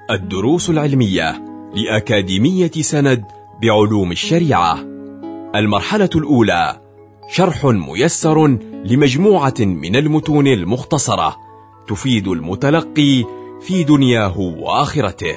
الدروس العلمية لأكاديمية سند بعلوم الشريعة. المرحلة الأولى: شرح ميسر لمجموعة من المتون المختصرة تفيد المتلقي في دنياه وآخرته.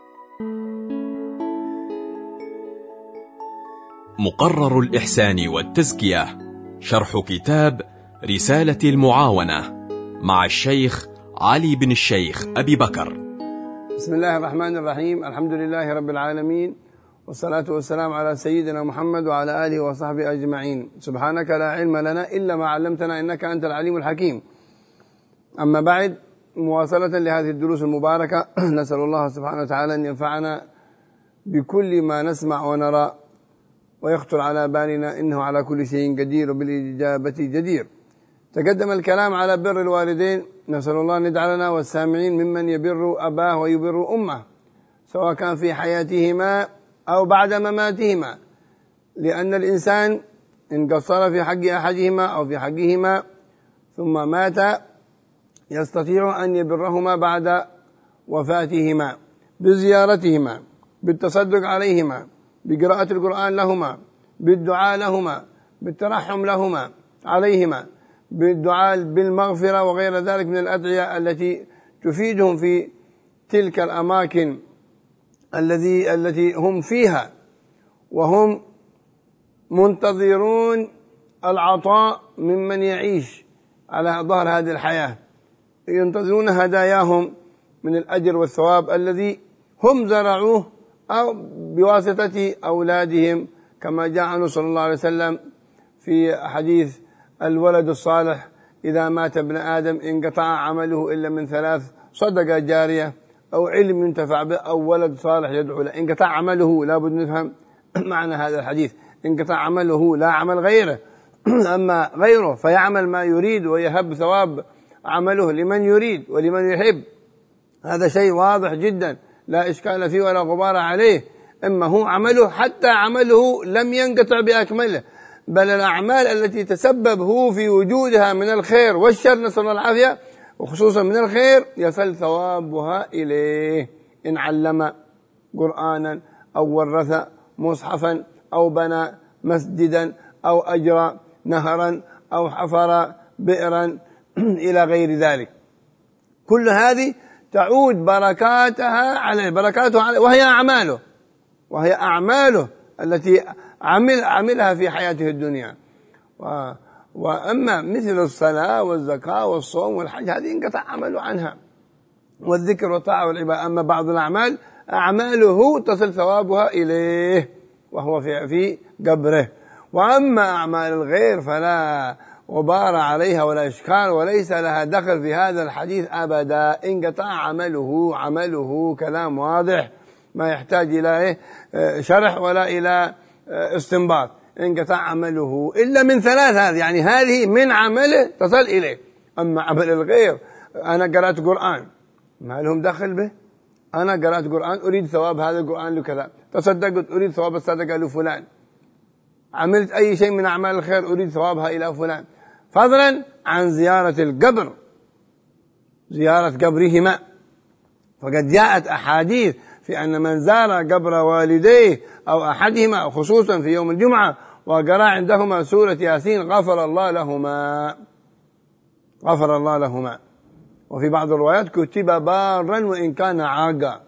مقرر الإحسان والتزكية، شرح كتاب رسالة المعاونة مع الشيخ علي بن الشيخ أبي بكر. بسم الله الرحمن الرحيم. الحمد لله رب العالمين، والصلاة والسلام على سيدنا محمد وعلى آله وصحبه أجمعين. سبحانك لا علم لنا إلا ما علمتنا إنك أنت العليم الحكيم. أما بعد، مواصلة لهذه الدروس المباركة، نسأل الله سبحانه وتعالى أن ينفعنا بكل ما نسمع ونرى ويخطر على بالنا، إنه على كل شيء قدير وبالإجابة جدير. تقدم الكلام على بر الوالدين، نسأل الله أن يجعلنا والسامعين ممن يبر أباه ويبر أمه، سواء كان في حياتهما أو بعد مماتهما، لأن الإنسان إن قصر في حق أحدهما أو في حقهما ثم مات يستطيع أن يبرهما بعد وفاتهما بزيارتهما، بالتصدق عليهما، بقراءة القرآن لهما، بالدعاء لهما، بالترحم لهما عليهما، بالدعاء بالمغفرة وغير ذلك من الأدعية التي تفيدهم في تلك الأماكن التي هم فيها، وهم منتظرون العطاء ممن يعيش على ظهر هذه الحياة، ينتظرون هداياهم من الأجر والثواب الذي هم زرعوه أو بواسطة أولادهم، كما جاء عنه صلى الله عليه وسلم في حديث الولد الصالح: إذا مات ابن آدم انقطع عمله إلا من ثلاث: صدقة جارية أو علم ينتفع به أو ولد صالح يدعو له. انقطع عمله، لابد نفهم معنى هذا الحديث، انقطع عمله لا عمل غيره، أما غيره فيعمل ما يريد ويهب ثواب عمله لمن يريد ولمن يحب. هذا شيء واضح جدا لا إشكال فيه ولا غبار عليه. إما هو عمله، حتى عمله لم ينقطع بأكمله، بل الأعمال التي تسبب هو في وجودها من الخير والشر، نسأل الله العافية، وخصوصا من الخير يصل ثوابها إليه. إن علم قرآنا أو ورث مصحفا أو بنى مسجدا أو أجرى نهرا أو حفر بئرا إلى غير ذلك، كل هذه تعود بركاتها عليه، وهي أعماله التي عملها في حياته الدنيا. وأما مثل الصلاة والزكاة والصوم والحج، هذه انقطع عمله عنها، والذكر والطاعة والعبادة. أما بعض الأعمال أعماله تصل ثوابها إليه وهو في قبره. وأما أعمال الغير فلا غبار عليها ولا إشكال، وليس لها دخل في هذا الحديث أبدا. انقطع عمله كلام واضح ما يحتاج إلى شرح ولا إلى استنباط. انقطع عمله إلا من ثلاث، هذه يعني هذه من عمله تصل إليه. أما عمل الغير، أنا قرأت قرآن، ما لهم دخل به. أنا قرأت قرآن أريد ثواب هذا القرآن لكذا، تصدقت أريد ثواب الصدقة لفلان، عملت أي شيء من أعمال الخير أريد ثوابها إلى فلان، فضلا عن زيارة القبر، زيارة قبرهما. فقد جاءت أحاديث في أن من زار قبر والديه أو أحدهما، خصوصا في يوم الجمعة، وقرأ عندهما سورة ياسين غفر الله لهما. وفي بعض الروايات كتب بارا وإن كان عاقا.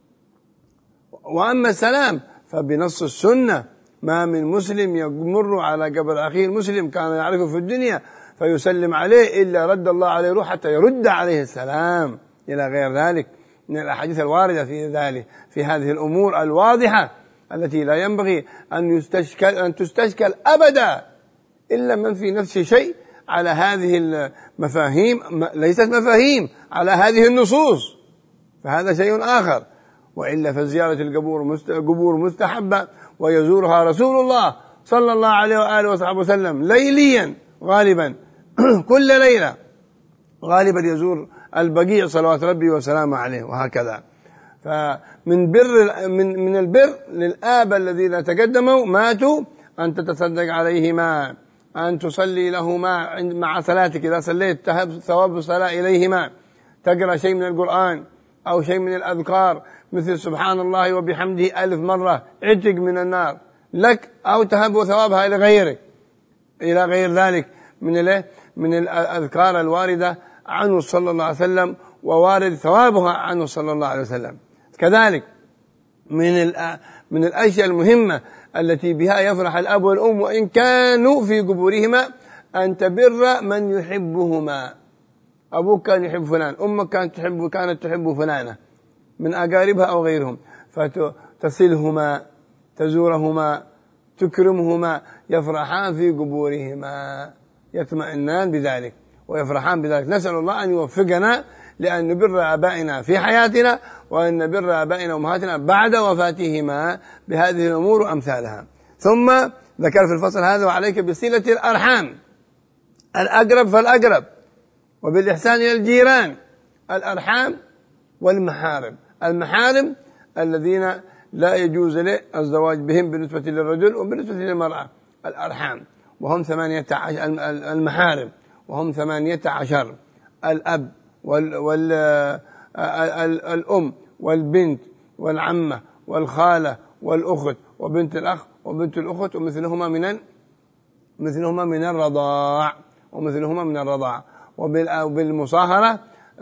وأما السلام فبنص السنة: ما من مسلم يمر على قبر أخيه المسلم كان يعرفه في الدنيا فيسلم عليه إلا رد الله عليه روح حتى يرد عليه السلام، إلى غير ذلك من الأحاديث الواردة في ذلك، في هذه الأمور الواضحة التي لا ينبغي أن تستشكل أبدا إلا من في نفسه شيء على هذه المفاهيم، ليست مفاهيم على هذه النصوص، فهذا شيء آخر. وإلا فزيارة القبور مستحبة، ويزورها رسول الله صلى الله عليه وآله وصحبه وسلم ليليا غالبا كل ليلة غالبا يزور البقيع صلوات ربي وسلامه عليه، وهكذا. فمن من البر للآباء الذين تقدموا ماتوا أن تتصدق عليهما، أن تصلي لهما مع صلاتك، إذا صليت تهب ثواب الصلاة إليهما، تقرأ شيء من القرآن أو شيء من الأذكار مثل سبحان الله وبحمده 1000 مرة عتق من النار لك، أو تهب ثوابها إلى غيرك، إلى غير ذلك من الأذكار الواردة عنه صلى الله عليه وسلم ووارد ثوابها عنه صلى الله عليه وسلم. كذلك من الأشياء المهمة التي بها يفرح الأب والأم وإن كانوا في قبورهما أن تبر من يحبهما. أبوك كان يحب فلان، أمك كانت تحب فلانة من أقاربها أو غيرهم، فتصلهما، تزورهما، تكرمهما، يفرحان في قبورهما، يطمئنان بذلك ويفرحان بذلك. نسأل الله أن يوفقنا لأن نبر آبائنا في حياتنا وأن نبر آبائنا وأمهاتنا بعد وفاتهما بهذه الأمور وأمثالها. ثم ذكر في الفصل هذا: وعليك بصلة الأرحام، الأقرب فالأقرب، وبالإحسان إلى الجيران. الأرحام والمحارم، المحارم الذين لا يجوز له الزواج بهم بالنسبة للرجل وبالنسبة للمرأة، الأرحام وهم 18. المحارم وهم 18: الأب والأم والبنت والعمة والخالة والأخت وبنت الأخ وبنت الأخت ومثلهما من الرضاع. وبالمصاهرة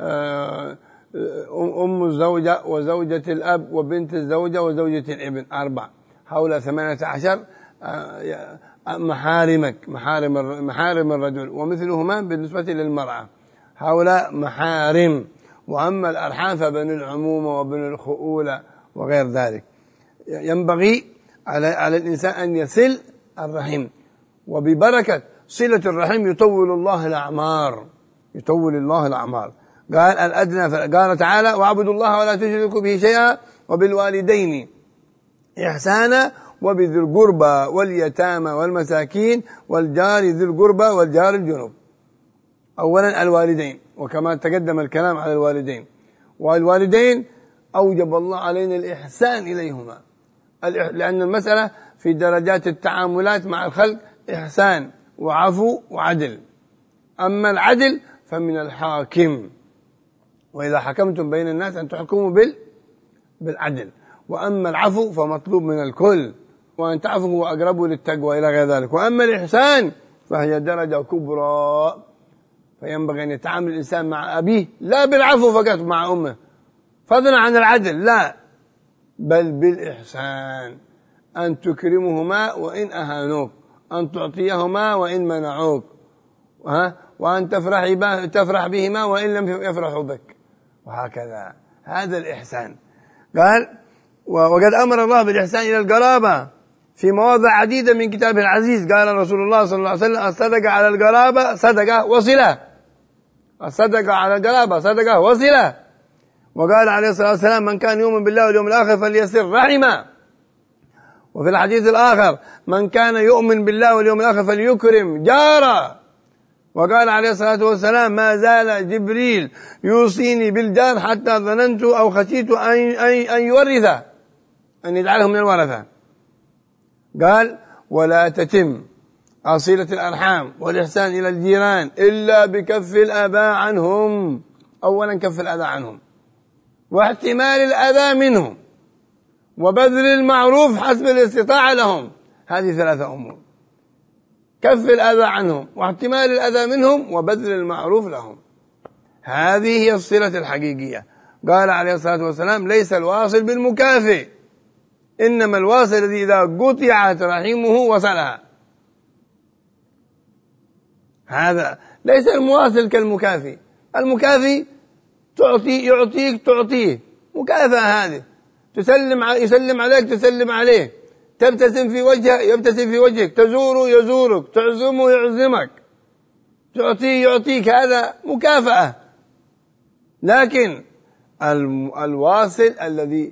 أم الزوجة وزوجة الأب وبنت الزوجة وزوجة الابن 4. حول 18 محارم الرجل ومثلهما بالنسبة للمرأة حول محارم. وأما الأرحام فبن العمومة وبن الخؤولة وغير ذلك. ينبغي على الإنسان أن يصل الرحم، وببركة صلة الرحم يطول الله الأعمار. قال الأدنى، قال تعالى: واعبدوا الله ولا تشركوا به شيئا وبالوالدين إحسانا وبذي القربى واليتامى والمساكين والجار ذي القربى والجار الجنوب. أولا الوالدين، وكما تقدم الكلام على الوالدين، والوالدين أوجب الله علينا الإحسان إليهما، لأن المسألة في درجات التعاملات مع الخلق إحسان وعفو وعدل. أما العدل فمن الحاكم، وإذا حكمتم بين الناس أن تحكموا بالعدل. وأما العفو فمطلوب من الكل، وأن تعفوا هو أقرب للتقوى إلى غير ذلك. وأما الإحسان فهي درجة كبرى، فينبغي أن يتعامل الإنسان مع أبيه لا بالعفو فقط مع أمه فضلا عن العدل، لا، بل بالإحسان، أن تكرمهما وإن أهانوك، أن تعطيهما وإن منعوك، وأن تفرح بهما وإن لم يفرحوا بك، وهكذا. هذا الإحسان. قال: وقد أمر الله بالإحسان إلى القرابة في مواضع عديدة من كتابه العزيز. قال رسول الله صلى الله عليه وسلم: الصدقة على القرابة صدقة وصلة. الصدقة على القرابة صدقة وصلة. وقال عليه الصلاة والسلام: من كان يؤمن بالله واليوم الآخر فليصل رحمه. وفي الحديث الآخر: من كان يؤمن بالله واليوم الآخر فليكرم جاره. وقال عليه الصلاة والسلام: ما زال جبريل يوصيني بالجار حتى ظننت أو خشيت أن يورثه، أن يجعله من الورثة. قال: ولا تتم صلة الأرحام والإحسان إلى الجيران إلا بكف الأذى عنهم. أولا كف الأذى عنهم، واحتمال الأذى منهم، وبذل المعروف حسب الاستطاعة لهم. هذه 3 أمور: كف الأذى عنهم، واحتمال الأذى منهم، وبذل المعروف لهم. هذه هي الصلة الحقيقية. قال عليه الصلاة والسلام: ليس الواصل بالمكافئ، إنما الواصل الذي إذا قطعت رحمه وصلها. هذا ليس المواصل كالمكافئ. المكافئ يعطيك تعطيه، مكافأة هذه، يسلم عليك تسلم عليه، تبتسم في وجهه يبتسم في وجهك، تزوره يزورك، تعزمه يعزمك، تعطيه يعطيك، هذا مكافأة. لكن الواصل الذي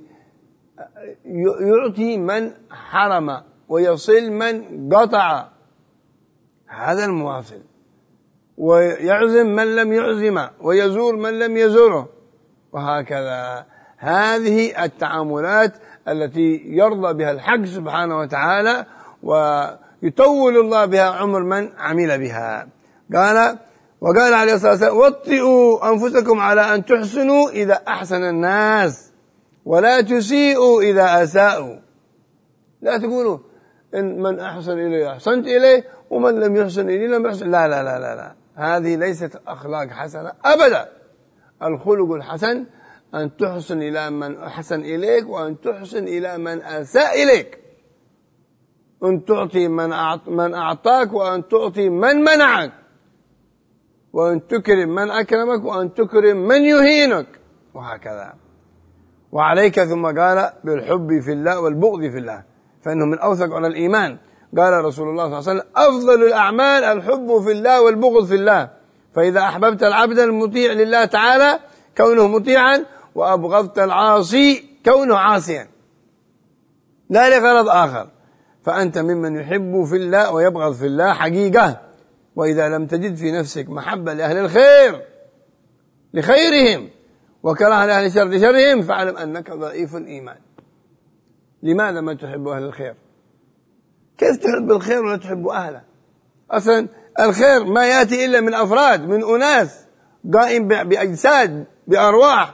يعطي من حرم ويصل من قطع، هذا المواصل، ويعزم من لم يعزم ويزور من لم يزوره، وهكذا. هذه التعاملات التي يرضى بها الحق سبحانه وتعالى، ويطول الله بها عمر من عمل بها. قال: وقال عليه الصلاة والسلام وطئوا أنفسكم على أن تحسنوا إذا أحسن الناس ولا تسيئوا إذا أساءوا. لا تقولوا إن من أحسن إليه أحسنت إليه ومن لم يحسن إليه لم يحسن. لا لا لا لا لا، هذه ليست أخلاق حسنة أبدا. الخلق الحسن أن تحسن إلى من أحسن إليك وأن تحسن إلى من أساء إليك، أن تعطي من أعطاك وأن تعطي من منعك، وأن تكرم من أكرمك وأن تكرم من يهينك، وهكذا. وعليك ثم قال بالحب في الله والبغض في الله، فإنه من أوثق على الإيمان. قال رسول الله صلى الله عليه وسلم أفضل الأعمال الحب في الله والبغض في الله، فإذا أحببت العبد المطيع لله تعالى كونه مطيعا، وأبغضت العاصي كونه عاصيا لا لغرض آخر، فأنت ممن يحب في الله ويبغض في الله حقيقة. وإذا لم تجد في نفسك محبة لأهل الخير لخيرهم وكراهة لأهل الشر لشرهم فاعلم أنك ضعيف الإيمان. لماذا ما تحب أهل الخير؟ كيف تحب الخير ولا تحب أهله؟ أصلا الخير ما يأتي إلا من أفراد، من أناس قائم بأجساد بأرواح،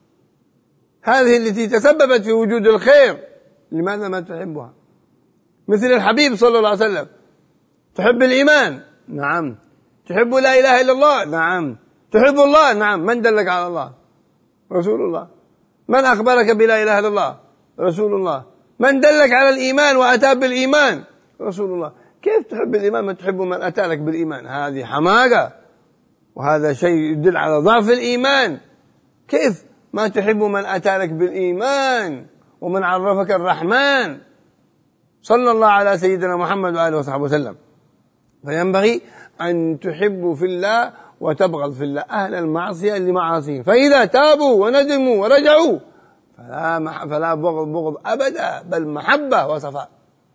هذه التي تسببت في وجود الخير. لماذا ما تحبها؟ مثل الحبيب صلى الله عليه وسلم. تحب الإيمان؟ نعم. تحب لا إله إلا الله؟ نعم. تحب الله؟ نعم. من دلك على الله؟ رسول الله. من أخبرك بلا إله إلا الله؟ رسول الله. من دلك على الإيمان وأتى بالإيمان؟ رسول الله. كيف تحب الإيمان ما تحب من أتى لك بالإيمان؟ هذه حماقة، وهذا شيء يدل على ضعف الإيمان. كيف ما تحب من أتى لك بالإيمان ومن عرفك الرحمن؟ صلى الله على سيدنا محمد وآله وصحبه وسلم. فينبغي أن تحبوا في الله وتبغض في الله أهل المعصية لمعاصيهم، فإذا تابوا وندموا ورجعوا فلا بغض أبدا، بل محبة وصفاء.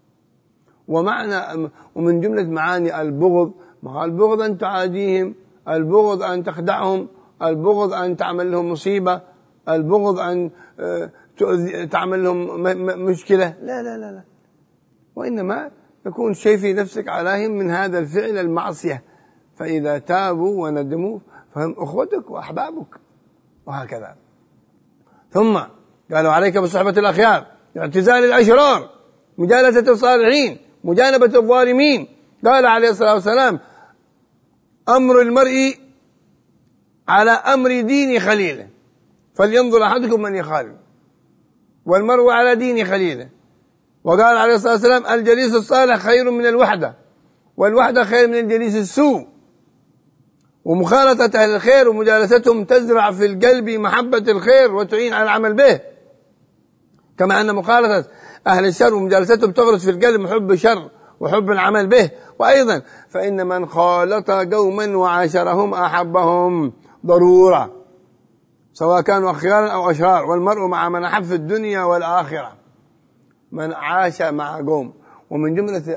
ومن جملة معاني البغض، مع البغض أن تعاديهم، البغض أن تخدعهم، البغض أن تعمل لهم مصيبة، البغض أن تعمل لهم مشكلة. لا لا لا لا، وإنما يكون شيء في نفسك عليهم من هذا الفعل المعصية، فإذا تابوا وندموا فهم أخوتك وأحبابك، وهكذا. ثم قالوا عليك بصحبة الأخيار، اعتزال الأشرار، مجالسة الصالحين، مجانبة الظالمين. قال عليه الصلاة والسلام أمر المرء على أمر دين خليله، فلينظر أحدكم من يخالف، والمرء على دين خليله. وقال عليه الصلاة والسلام الجليس الصالح خير من الوحدة، والوحدة خير من الجليس السوء. ومخالطة أهل الخير ومجالستهم تزرع في القلب محبة الخير وتعين على العمل به، كما أن مخالطة أهل الشر ومجالستهم تغرس في القلب محب الشر وحب العمل به. وأيضا فإن من خالط قوما وعاشرهم أحبهم ضرورة، سواء كانوا أخيارا أو أشرار. والمرء مع من أحب في الدنيا والآخرة. من عاش مع قوم، ومن جملة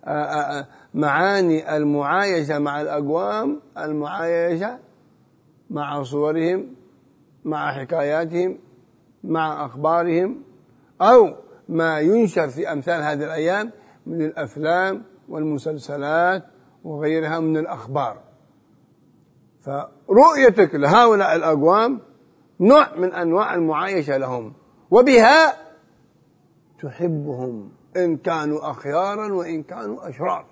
معاني المعايشة مع الأقوام المعايشة مع صورهم، مع حكاياتهم، مع أخبارهم، أو ما ينشر في أمثال هذه الأيام من الأفلام والمسلسلات وغيرها من الأخبار. فرؤيتك لهؤلاء الأقوام نوع من أنواع المعايشة لهم، وبها تحبهم إن كانوا أخيارا وإن كانوا أشرار.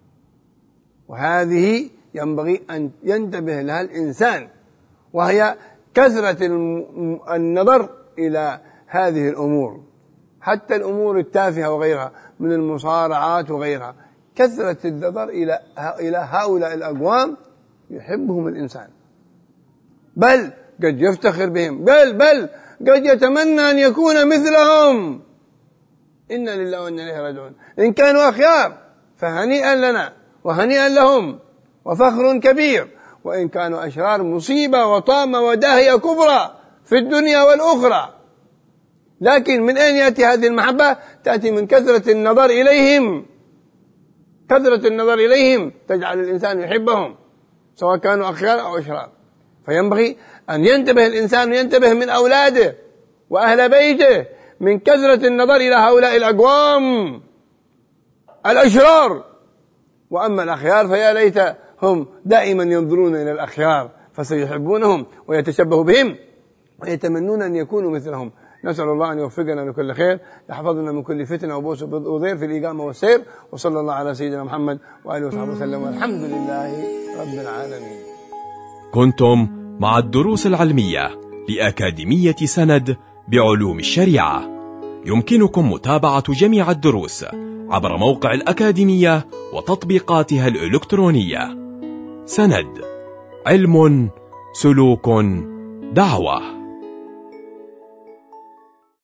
وهذه ينبغي أن ينتبه لها الإنسان، وهي كثرة النظر إلى هذه الأمور، حتى الأمور التافهة وغيرها من المصارعات وغيرها. كثرة النظر إلى هؤلاء الأقوام يحبهم الإنسان، بل قد يفتخر بهم، بل قد يتمنى أن يكون مثلهم. إنا لله وإنا إليه راجعون. إن كانوا أخيار فهنيئا لنا وهنيئا لهم وفخر كبير، وإن كانوا أشرار مصيبة وطامة وداهية كبرى في الدنيا والأخرى. لكن من أين يأتي هذه المحبة؟ تأتي من كثرة النظر إليهم. كثرة النظر إليهم تجعل الإنسان يحبهم سواء كانوا أخيار أو أشرار. فينبغي أن ينتبه الإنسان وينتبه من أولاده وأهل بيته من كثرة النظر إلى هؤلاء الأقوام الأشرار. وأما الأخيار فيا ليت هم دائما ينظرون إلى الأخيار فسيحبونهم ويتشبه بهم ويتمنون أن يكونوا مثلهم. نسأل الله أن يوفقنا لكل خير، يحفظنا من كل فتنة وبوس وضير في الإقامة والسير. وصلى الله على سيدنا محمد وآله وصحبه وسلم، والحمد لله رب العالمين. كنتم مع الدروس العلمية لأكاديمية سند بعلوم الشريعة. يمكنكم متابعة جميع الدروس عبر موقع الأكاديمية وتطبيقاتها الإلكترونية. سند، علم، سلوك، دعوة.